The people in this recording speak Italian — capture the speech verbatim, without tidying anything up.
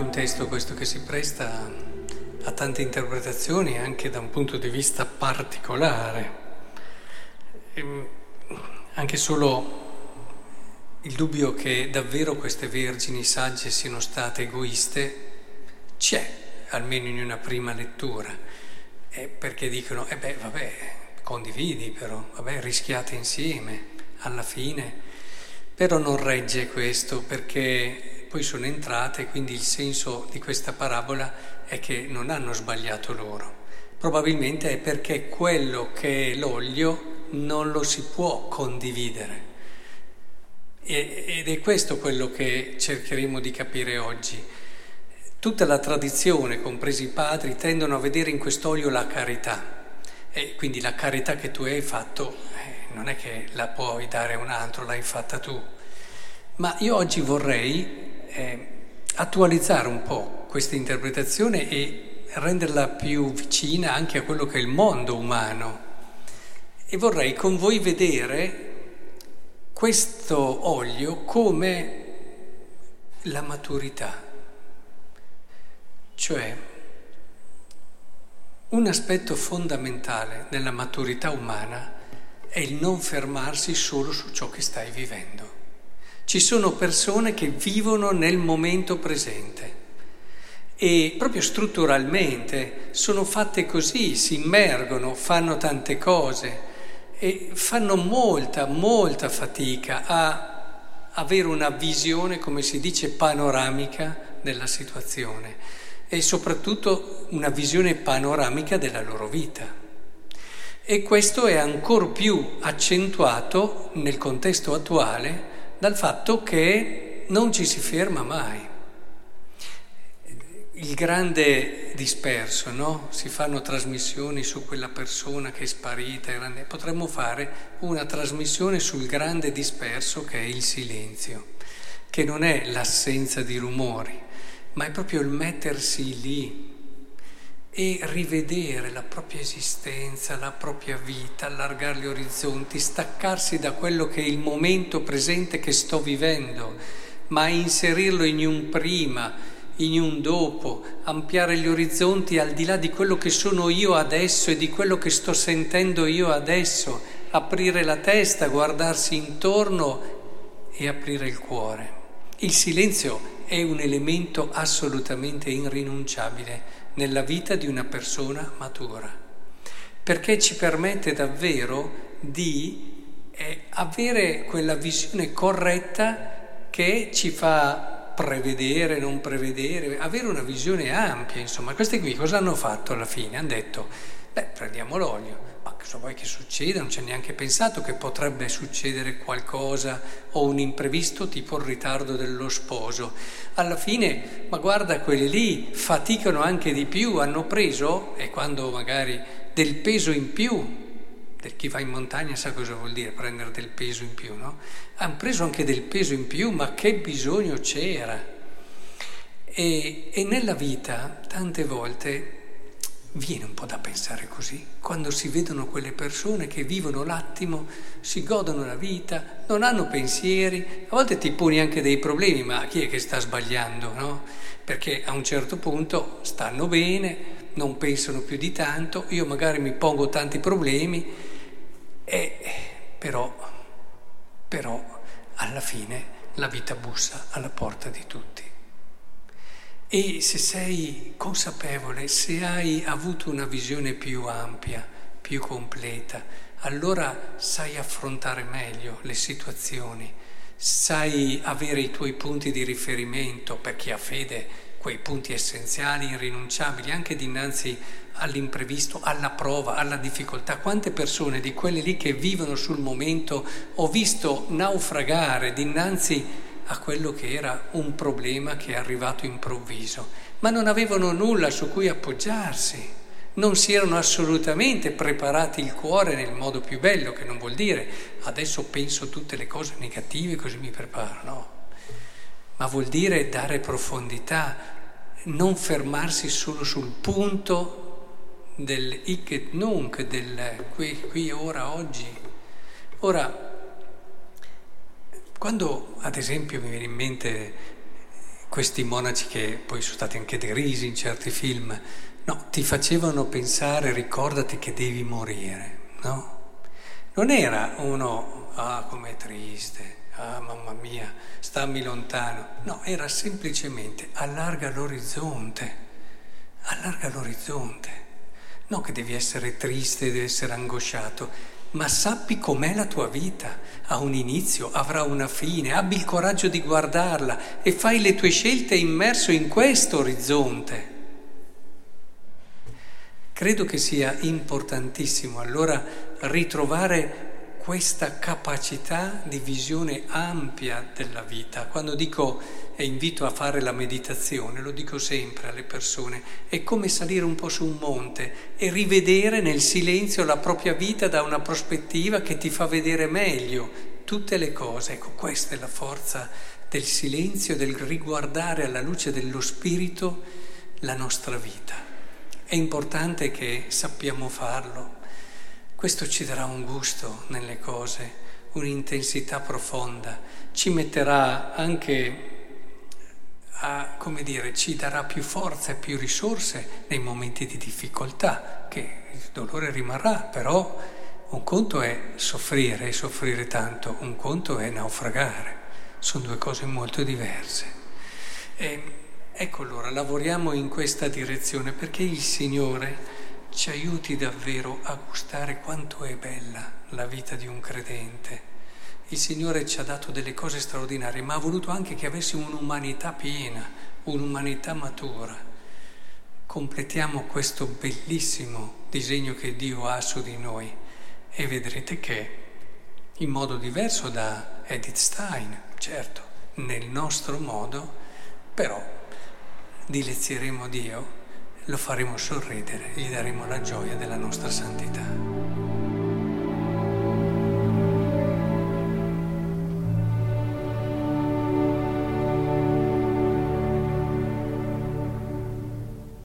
un testo questo che si presta a tante interpretazioni anche da un punto di vista particolare. E anche solo il dubbio che davvero queste vergini sagge siano state egoiste c'è, almeno in una prima lettura, eh, perché dicono, eh beh, vabbè, condividi però, vabbè, rischiate insieme, alla fine. Però non regge questo, perché poi sono entrate, quindi il senso di questa parabola è che non hanno sbagliato loro. Probabilmente è perché quello che è l'olio non lo si può condividere. Ed è questo quello che cercheremo di capire oggi. Tutta la tradizione, compresi i padri, tendono a vedere in quest'olio la carità. E quindi la carità che tu hai fatto eh, non è che la puoi dare a un altro, l'hai fatta tu. Ma io oggi vorrei eh, attualizzare un po' questa interpretazione e renderla più vicina anche a quello che è il mondo umano. E vorrei con voi vedere questo olio come la maturità. Cioè, un aspetto fondamentale della maturità umana è il non fermarsi solo su ciò che stai vivendo. Ci sono persone che vivono nel momento presente e proprio strutturalmente sono fatte così, si immergono, fanno tante cose e fanno molta, molta fatica a avere una visione, come si dice, panoramica della situazione e soprattutto una visione panoramica della loro vita. E questo è ancor più accentuato nel contesto attuale dal fatto che non ci si ferma mai. Il grande disperso, no? Si fanno trasmissioni su quella persona che è sparita. Grande... Potremmo fare una trasmissione sul grande disperso che è il silenzio, che non è l'assenza di rumori, ma è proprio il mettersi lì e rivedere la propria esistenza, la propria vita, allargare gli orizzonti, staccarsi da quello che è il momento presente che sto vivendo, ma inserirlo in un prima, in un dopo, ampliare gli orizzonti al di là di quello che sono io adesso e di quello che sto sentendo io adesso, aprire la testa, guardarsi intorno e aprire il cuore. Il silenzio è un elemento assolutamente irrinunciabile nella vita di una persona matura, perché ci permette davvero di eh, avere quella visione corretta che ci fa prevedere, non prevedere, avere una visione ampia, insomma. Questi qui cosa hanno fatto alla fine? Hanno detto, beh, prendiamo l'olio, ma cosa vuoi che succeda? Non ci ha neanche pensato che potrebbe succedere qualcosa o un imprevisto tipo il ritardo dello sposo. Alla fine, ma guarda, quelli lì faticano anche di più, hanno preso, e quando magari del peso in più, per chi va in montagna sa cosa vuol dire prendere del peso in più, no? Hanno preso anche del peso in più, ma che bisogno c'era? E, e nella vita tante volte viene un po' da pensare così, quando si vedono quelle persone che vivono l'attimo, si godono la vita, non hanno pensieri, a volte ti poni anche dei problemi, ma chi è che sta sbagliando, no? Perché a un certo punto stanno bene, non pensano più di tanto, io magari mi pongo tanti problemi, e però, però alla fine la vita bussa alla porta di tutti. E se sei consapevole, se hai avuto una visione più ampia, più completa, allora sai affrontare meglio le situazioni, sai avere i tuoi punti di riferimento, per chi ha fede, quei punti essenziali, irrinunciabili, anche dinanzi all'imprevisto, alla prova, alla difficoltà. Quante persone di quelle lì che vivono sul momento ho visto naufragare dinanzi a quello che era un problema che è arrivato improvviso, ma non avevano nulla su cui appoggiarsi, non si erano assolutamente preparati il cuore nel modo più bello, che non vuol dire adesso penso tutte le cose negative così mi preparo, no, ma vuol dire dare profondità, non fermarsi solo sul punto del hic et nunc, del qui, qui, ora, oggi. Ora, quando ad esempio mi viene in mente questi monaci che poi sono stati anche derisi in certi film, no, ti facevano pensare, ricordati che devi morire, no? Non era uno, ah, com'è triste, ah, mamma mia, stammi lontano. No, era semplicemente allarga l'orizzonte, allarga l'orizzonte. Non che devi essere triste, devi essere angosciato, ma sappi com'è la tua vita. Ha un inizio, avrà una fine, abbi il coraggio di guardarla e fai le tue scelte immerso in questo orizzonte. Credo che sia importantissimo allora ritrovare questa capacità di visione ampia della vita. Quando dico e invito a fare la meditazione, lo dico sempre alle persone, è come salire un po' su un monte e rivedere nel silenzio la propria vita da una prospettiva che ti fa vedere meglio tutte le cose. Ecco, questa è la forza del silenzio, del riguardare alla luce dello spirito la nostra vita. È importante che sappiamo farlo. Questo ci darà un gusto nelle cose, un'intensità profonda. Ci metterà anche a, come dire, ci darà più forza e più risorse nei momenti di difficoltà, che il dolore rimarrà, però un conto è soffrire e soffrire tanto, un conto è naufragare. Sono due cose molto diverse. E, ecco allora, lavoriamo in questa direzione perché il Signore ci aiuti davvero a gustare quanto è bella la vita di un credente. Il Signore ci ha dato delle cose straordinarie, ma ha voluto anche che avessimo un'umanità piena, un'umanità matura. Completiamo questo bellissimo disegno che Dio ha su di noi e vedrete che, in modo diverso da Edith Stein, certo, nel nostro modo, però dilezieremo Dio, lo faremo sorridere, gli daremo la gioia della nostra santità.